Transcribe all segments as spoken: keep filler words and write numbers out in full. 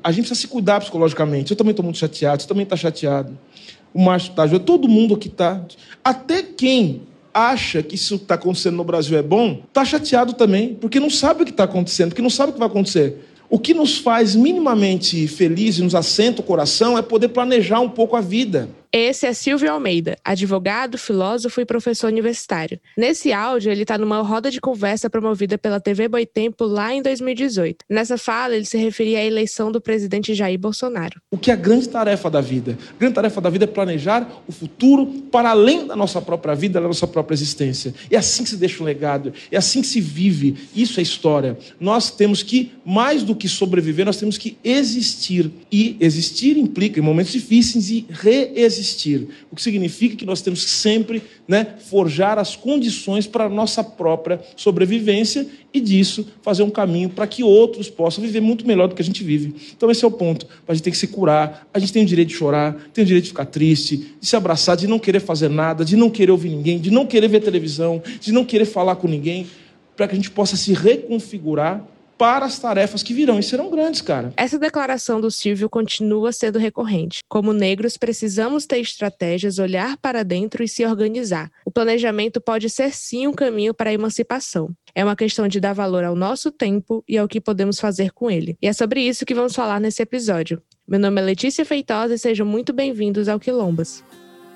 a gente precisa se cuidar psicologicamente. Eu também estou muito chateado, você também está chateado. O Márcio está, todo mundo aqui está. Até quem acha que isso que está acontecendo no Brasil é bom, está chateado também, porque não sabe o que está acontecendo, porque não sabe o que vai acontecer. O que nos faz minimamente felizes, nos assenta o coração, é poder planejar um pouco a vida. Esse é Silvio Almeida, advogado, filósofo e professor universitário. Nesse áudio, ele está numa roda de conversa promovida pela T V Boitempo lá em dois mil e dezoito. Nessa fala, ele se referia à eleição do presidente Jair Bolsonaro. O que é a grande tarefa da vida? A grande tarefa da vida é planejar o futuro para além da nossa própria vida, da nossa própria existência. É assim que se deixa um legado, é assim que se vive. Isso é história. Nós temos que, mais do que sobreviver, nós temos que existir. E existir implica, em momentos difíceis, e reexistir. O que significa que nós temos que sempre, né, forjar as condições para a nossa própria sobrevivência e disso fazer um caminho para que outros possam viver muito melhor do que a gente vive. Então esse é o ponto. A gente tem que se curar, a gente tem o direito de chorar, tem o direito de ficar triste, de se abraçar, de não querer fazer nada, de não querer ouvir ninguém, de não querer ver televisão, de não querer falar com ninguém, para que a gente possa se reconfigurar para as tarefas que virão, e serão grandes, cara. Essa declaração do Silvio continua sendo recorrente. Como negros, precisamos ter estratégias, olhar para dentro e se organizar. O planejamento pode ser sim um caminho para a emancipação. É uma questão de dar valor ao nosso tempo e ao que podemos fazer com ele. E é sobre isso que vamos falar nesse episódio. Meu nome é Letícia Feitosa e sejam muito bem-vindos ao Quilombas.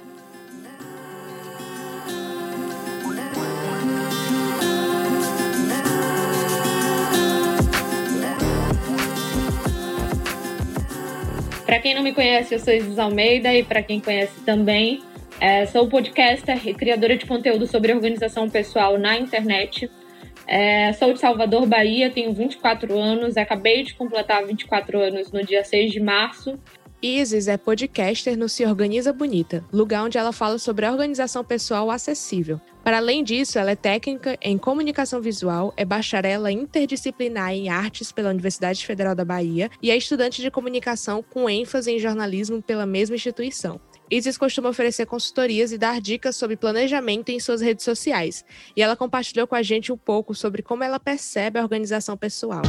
Para quem não me conhece, eu sou Isis Almeida e para quem conhece também, é, sou podcaster e criadora de conteúdo sobre organização pessoal na internet. É, sou de Salvador, Bahia, tenho vinte e quatro anos, acabei de completar vinte e quatro anos no dia seis de março. Isis é podcaster no Se Organiza Bonita, lugar onde ela fala sobre a organização pessoal acessível. Para além disso, ela é técnica em comunicação visual, é bacharela interdisciplinar em artes pela Universidade Federal da Bahia e é estudante de comunicação com ênfase em jornalismo pela mesma instituição. Isis costuma oferecer consultorias e dar dicas sobre planejamento em suas redes sociais. E ela compartilhou com a gente um pouco sobre como ela percebe a organização pessoal.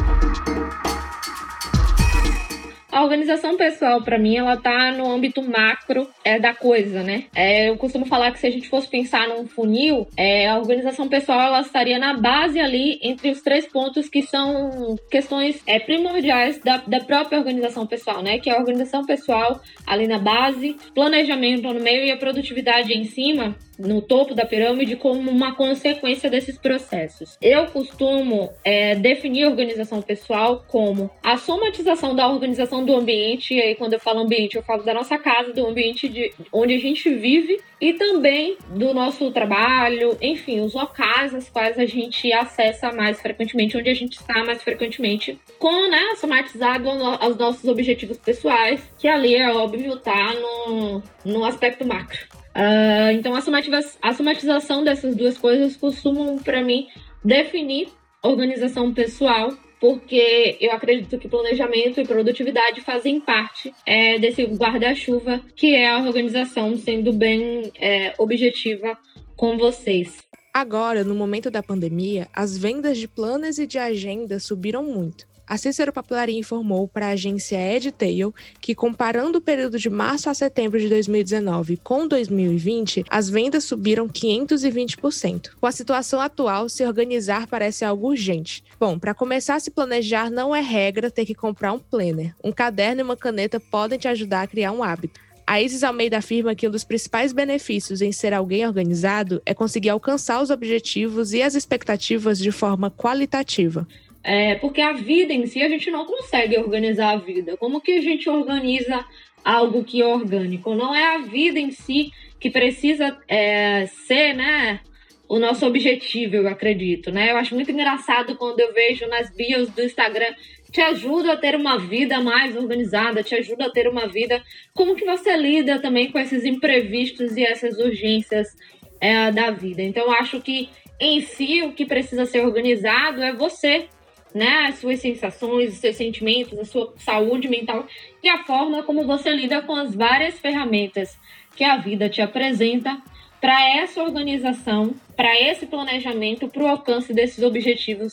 A organização pessoal, para mim, ela tá no âmbito macro é, da coisa, né? É, eu costumo falar que se a gente fosse pensar num funil, é, a organização pessoal ela estaria na base ali entre os três pontos que são questões é, primordiais da, da própria organização pessoal, né? Que é a organização pessoal ali na base, planejamento no meio e a produtividade em cima, no topo da pirâmide, como uma consequência desses processos. Eu costumo é, definir a organização pessoal como a somatização da organização do ambiente, e aí quando eu falo ambiente, eu falo da nossa casa, do ambiente de onde a gente vive e também do nosso trabalho, enfim, os locais aos quais a gente acessa mais frequentemente, onde a gente está mais frequentemente, com, né, somatizado aos nossos objetivos pessoais, que ali é óbvio, tá no, no aspecto macro. Uh, então a, somatiza- a somatização dessas duas coisas costumam, para mim, definir organização pessoal, porque eu acredito que planejamento e produtividade fazem parte é, desse guarda-chuva que é a organização, sendo bem é, objetiva com vocês. Agora, no momento da pandemia, as vendas de planos e de agenda subiram muito. A Cícero Papelaria informou para a agência Edtail que, comparando o período de março a setembro de dois mil e dezenove com dois mil e vinte, as vendas subiram quinhentos e vinte por cento. Com a situação atual, se organizar parece algo urgente. Bom, para começar a se planejar, não é regra ter que comprar um planner. Um caderno e uma caneta podem te ajudar a criar um hábito. A Isis Almeida afirma que um dos principais benefícios em ser alguém organizado é conseguir alcançar os objetivos e as expectativas de forma qualitativa. É, porque a vida em si, a gente não consegue organizar a vida. Como que a gente organiza algo que é orgânico? Não é a vida em si que precisa é, ser, né, o nosso objetivo, eu acredito, né? Eu acho muito engraçado quando eu vejo nas bios do Instagram: te ajuda a ter uma vida mais organizada, te ajuda a ter uma vida... Como que você lida também com esses imprevistos e essas urgências é, da vida? Então, eu acho que, em si, o que precisa ser organizado é você, né, as suas sensações, os seus sentimentos, a sua saúde mental e a forma como você lida com as várias ferramentas que a vida te apresenta para essa organização, para esse planejamento, para o alcance desses objetivos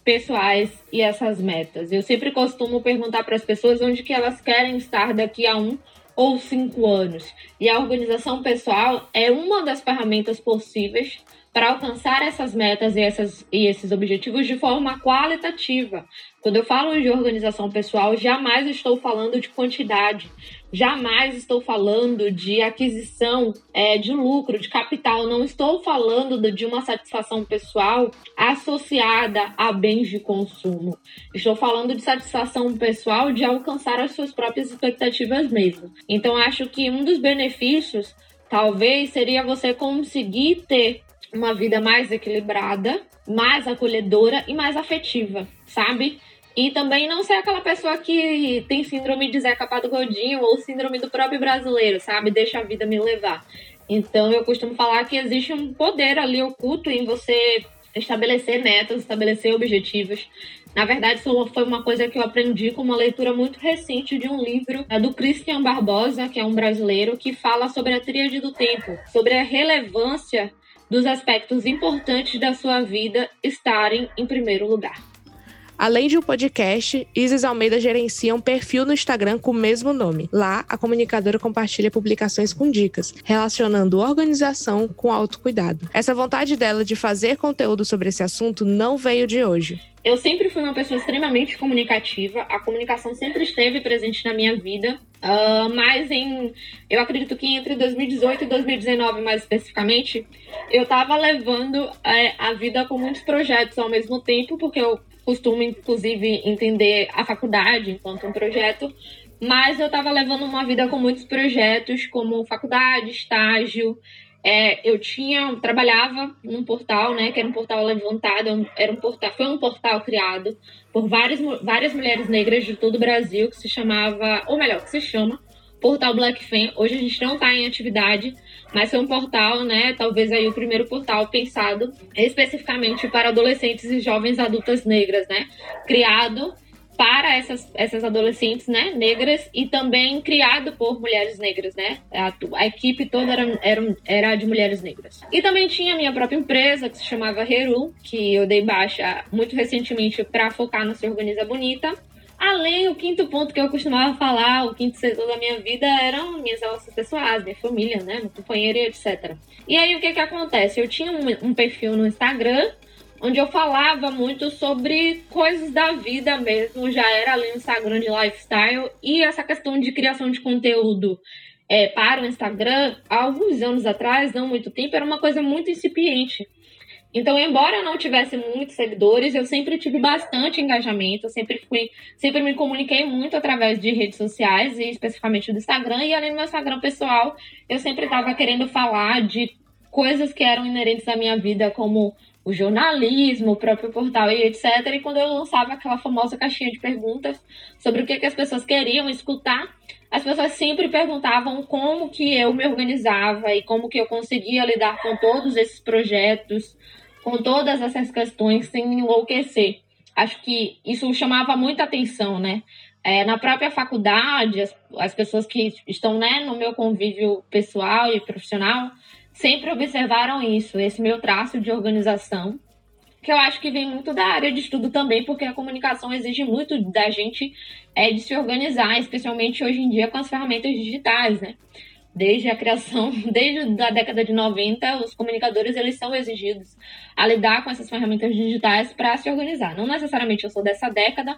pessoais e essas metas. Eu sempre costumo perguntar para as pessoas onde que elas querem estar daqui a um ou cinco anos. E a organização pessoal é uma das ferramentas possíveis para alcançar essas metas e, essas, e esses objetivos de forma qualitativa. Quando eu falo de organização pessoal, jamais estou falando de quantidade, jamais estou falando de aquisição é, de lucro, de capital, não estou falando de uma satisfação pessoal associada a bens de consumo. Estou falando de satisfação pessoal de alcançar as suas próprias expectativas mesmo. Então, acho que um dos benefícios, talvez, seria você conseguir ter uma vida mais equilibrada, mais acolhedora e mais afetiva, sabe? E também não ser aquela pessoa que tem síndrome de Zeca Pagodinho ou síndrome do próprio brasileiro, sabe? Deixa a vida me levar. Então, eu costumo falar que existe um poder ali oculto em você estabelecer metas, estabelecer objetivos. Na verdade, isso foi uma coisa que eu aprendi com uma leitura muito recente de um livro do Christian Barbosa, que é um brasileiro, que fala sobre a tríade do tempo, sobre a relevância dos aspectos importantes da sua vida estarem em primeiro lugar. Além de um podcast, Isis Almeida gerencia um perfil no Instagram com o mesmo nome. Lá, a comunicadora compartilha publicações com dicas, relacionando organização com autocuidado. Essa vontade dela de fazer conteúdo sobre esse assunto não veio de hoje. Eu sempre fui uma pessoa extremamente comunicativa, a comunicação sempre esteve presente na minha vida, uh, mas em, eu acredito que entre dois mil e dezoito e dois mil e dezenove, mais especificamente, eu estava levando é, a vida com muitos projetos ao mesmo tempo, porque eu costumo, inclusive, entender a faculdade enquanto um projeto, mas eu estava levando uma vida com muitos projetos, como faculdade, estágio. É, eu tinha, trabalhava num portal, né, que era um portal levantado, era um portal, foi um portal criado por várias, várias mulheres negras de todo o Brasil, que se chamava, ou melhor, que se chama Portal Black Femme. Hoje a gente não está em atividade, mas foi um portal, né, talvez aí o primeiro portal pensado especificamente para adolescentes e jovens adultas negras, né, criado para essas, essas adolescentes, né, negras, e também criado por mulheres negras, né? A, a equipe toda era, era, era de mulheres negras. E também tinha a minha própria empresa, que se chamava Heru, que eu dei baixa muito recentemente para focar no Se Organiza Bonita. Além, o quinto ponto que eu costumava falar, o quinto setor da minha vida, eram minhas relações pessoais, minha família, né, meu companheiro e etcétera. E aí, o que que acontece? Eu tinha um, um perfil no Instagram, onde eu falava muito sobre coisas da vida mesmo, já era ali no Instagram de lifestyle, e essa questão de criação de conteúdo é, para o Instagram, há alguns anos atrás, não muito tempo, era uma coisa muito incipiente. Então, embora eu não tivesse muitos seguidores, eu sempre tive bastante engajamento, eu sempre, fui, sempre me comuniquei muito através de redes sociais, e especificamente do Instagram, e além do meu Instagram pessoal, eu sempre estava querendo falar de coisas que eram inerentes à minha vida, como o jornalismo, o próprio portal e etcétera. E quando eu lançava aquela famosa caixinha de perguntas sobre o que, que as pessoas queriam escutar, as pessoas sempre perguntavam como que eu me organizava e como que eu conseguia lidar com todos esses projetos, com todas essas questões sem enlouquecer. Acho que isso chamava muita atenção, né? É, na própria faculdade, as, as pessoas que estão, né, no meu convívio pessoal e profissional sempre observaram isso, esse meu traço de organização, que eu acho que vem muito da área de estudo também, porque a comunicação exige muito da gente é, de se organizar, especialmente hoje em dia com as ferramentas digitais, né? Desde a criação, desde a década de noventa, os comunicadores eles são exigidos a lidar com essas ferramentas digitais para se organizar. Não necessariamente eu sou dessa década,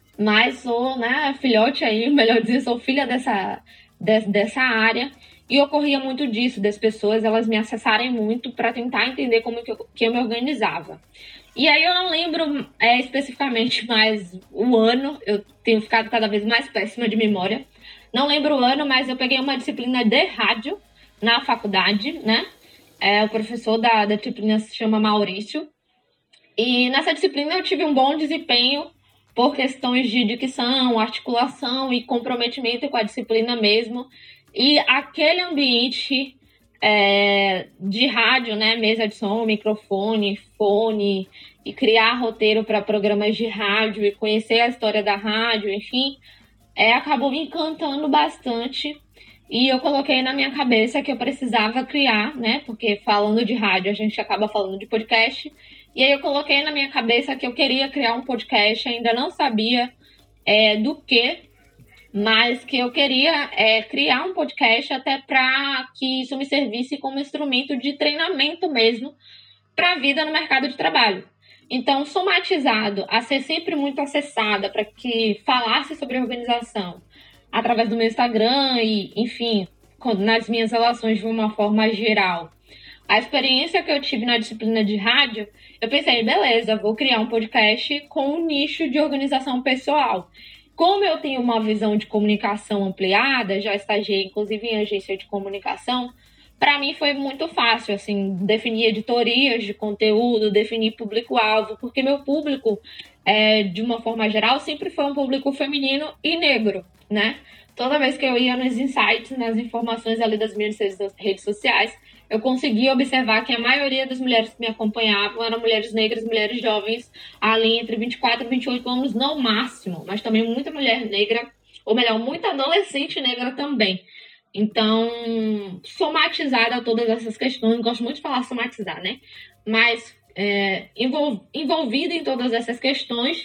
mas sou, né, filhote aí, melhor dizer, sou filha dessa, de, dessa área. E ocorria muito disso, das pessoas elas me acessarem muito para tentar entender como que eu, que eu me organizava. E aí eu não lembro é, especificamente mais o ano, eu tenho ficado cada vez mais péssima de memória. Não lembro o ano, mas eu peguei uma disciplina de rádio na faculdade, né? É, o professor da, da disciplina se chama Maurício. E nessa disciplina eu tive um bom desempenho por questões de dicção, articulação e comprometimento com a disciplina mesmo. E aquele ambiente é, de rádio, né, mesa de som, microfone, fone, e criar roteiro para programas de rádio e conhecer a história da rádio, enfim, é, acabou me encantando bastante. E eu coloquei na minha cabeça que eu precisava criar, né, porque falando de rádio a gente acaba falando de podcast, E aí eu coloquei na minha cabeça que eu queria criar um podcast, ainda não sabia é, do que, mas que eu queria é, criar um podcast até para que isso me servisse como instrumento de treinamento mesmo para a vida no mercado de trabalho. Então, somatizado a ser sempre muito acessada para que falasse sobre organização através do meu Instagram e, enfim, nas minhas relações de uma forma geral. A experiência que eu tive na disciplina de rádio, eu pensei, beleza, vou criar um podcast com um nicho de organização pessoal. Como eu tenho uma visão de comunicação ampliada, já estagiei inclusive em agência de comunicação, para mim foi muito fácil, assim, definir editorias de conteúdo, definir público-alvo, porque meu público, é, de uma forma geral, sempre foi um público feminino e negro, né? Toda vez que eu ia nos insights, nas informações ali das minhas redes sociais, eu conseguia observar que a maioria das mulheres que me acompanhavam eram mulheres negras, mulheres jovens, ali entre vinte e quatro e vinte e oito anos no máximo, mas também muita mulher negra, ou melhor, muita adolescente negra também. Então, somatizada a todas essas questões, gosto muito de falar somatizar, né? Mas é, envol, envolvida em todas essas questões,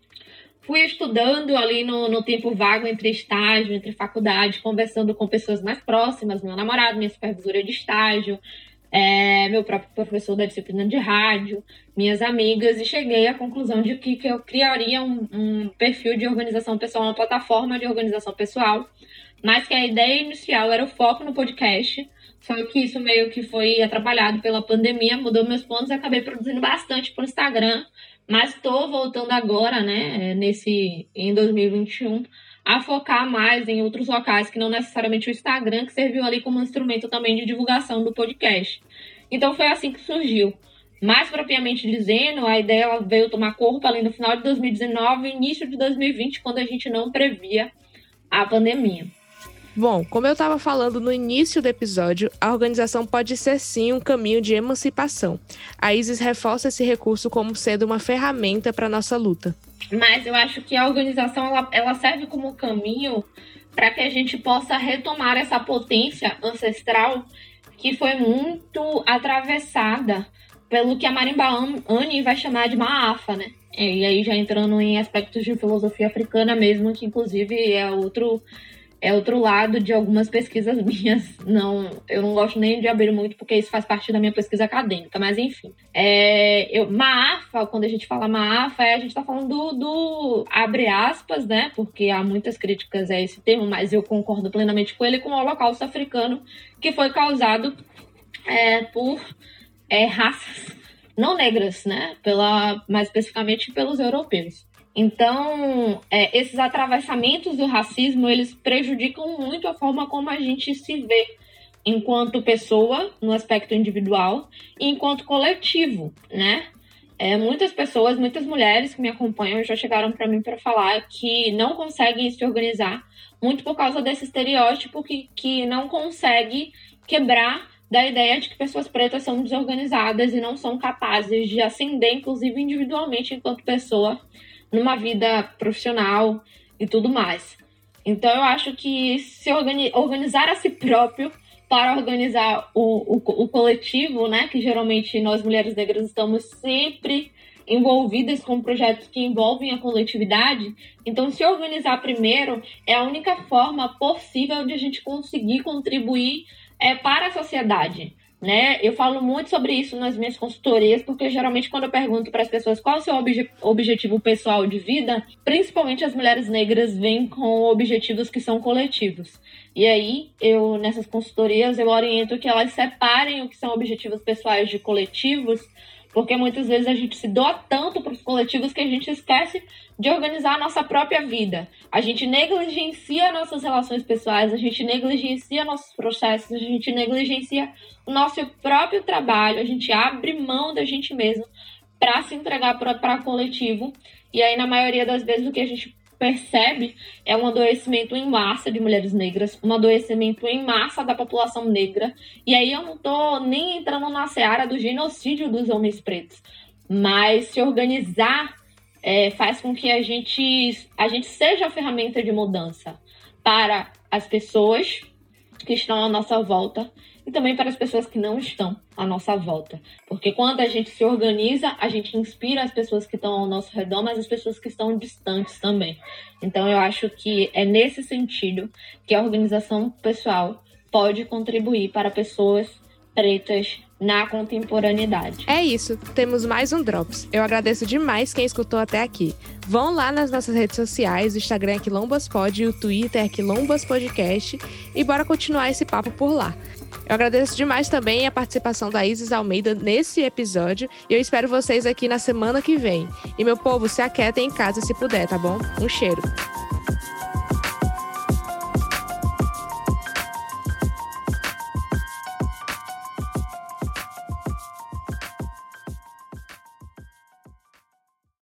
fui estudando ali no, no tempo vago entre estágio, entre faculdade, conversando com pessoas mais próximas, meu namorado, minha supervisora de estágio, é, meu próprio professor da disciplina de rádio, minhas amigas, e cheguei à conclusão de que, que eu criaria um, um perfil de organização pessoal, uma plataforma de organização pessoal, mas que a ideia inicial era o foco no podcast, só que isso meio que foi atrapalhado pela pandemia, mudou meus planos e acabei produzindo bastante para o Instagram, mas estou voltando agora, né, nesse, em dois mil e vinte e um, a focar mais em outros locais, que não necessariamente o Instagram, que serviu ali como instrumento também de divulgação do podcast. Então foi assim que surgiu. Mais propriamente dizendo, a ideia veio tomar corpo ali no final de dois mil e dezenove, início de dois mil e vinte, quando a gente não previa a pandemia. Bom, como eu estava falando no início do episódio, a organização pode ser sim um caminho de emancipação. A Isis reforça esse recurso como sendo uma ferramenta para a nossa luta. Mas eu acho que a organização ela, ela serve como caminho para que a gente possa retomar essa potência ancestral que foi muito atravessada pelo que a Marimba Ani vai chamar de Maafa, né? E aí já entrando em aspectos de filosofia africana mesmo, que inclusive é outro... É outro lado de algumas pesquisas minhas. Não, eu não gosto nem de abrir muito, porque isso faz parte da minha pesquisa acadêmica. Mas, enfim. É, eu, Maafa, quando a gente fala Maafa, é, a gente está falando do, do... Abre aspas, né? Porque há muitas críticas a esse termo, mas eu concordo plenamente com ele, com o Holocausto africano, que foi causado é, por é, raças não negras, né? Pela, mais especificamente pelos europeus. Então, é, esses atravessamentos do racismo, eles prejudicam muito a forma como a gente se vê enquanto pessoa, no aspecto individual, e enquanto coletivo, né? É, muitas pessoas, muitas mulheres que me acompanham já chegaram para mim para falar que não conseguem se organizar, muito por causa desse estereótipo que, que não consegue quebrar da ideia de que pessoas pretas são desorganizadas e não são capazes de ascender, inclusive individualmente, enquanto pessoa, numa vida profissional e tudo mais. Então, eu acho que se organi- organizar a si próprio para organizar o, o, o coletivo, né, que geralmente nós mulheres negras estamos sempre envolvidas com projetos que envolvem a coletividade, então se organizar primeiro é a única forma possível de a gente conseguir contribuir é, para a sociedade. Né? Eu falo muito sobre isso nas minhas consultorias, porque geralmente quando eu pergunto para as pessoas qual é o seu obje- objetivo pessoal de vida, principalmente as mulheres negras vêm com objetivos que são coletivos. E aí, eu nessas consultorias, eu oriento que elas separem o que são objetivos pessoais de coletivos, porque muitas vezes a gente se doa tanto para os coletivos que a gente esquece de organizar a nossa própria vida. A gente negligencia nossas relações pessoais, a gente negligencia nossos processos, a gente negligencia o nosso próprio trabalho, a gente abre mão da gente mesmo para se entregar para coletivo. E aí, na maioria das vezes, o que a gente percebe é um adoecimento em massa de mulheres negras, um adoecimento em massa da população negra. E aí eu não tô nem entrando na seara do genocídio dos homens pretos, mas se organizar é, faz com que a gente, a gente seja a ferramenta de mudança para as pessoas que estão à nossa volta e também para as pessoas que não estão à nossa volta. Porque quando a gente se organiza, a gente inspira as pessoas que estão ao nosso redor, mas as pessoas que estão distantes também. Então eu acho que é nesse sentido que a organização pessoal pode contribuir para pessoas pretas na contemporaneidade. É isso, temos mais um Drops. Eu agradeço demais quem escutou até aqui. Vão lá nas nossas redes sociais, o Instagram é QuilomboasPod e o Twitter é QuilomboasPodcast, e bora continuar esse papo por lá. Eu agradeço demais também a participação da Isis Almeida nesse episódio e eu espero vocês aqui na semana que vem. E meu povo, se aquietem em casa se puder, tá bom? Um cheiro!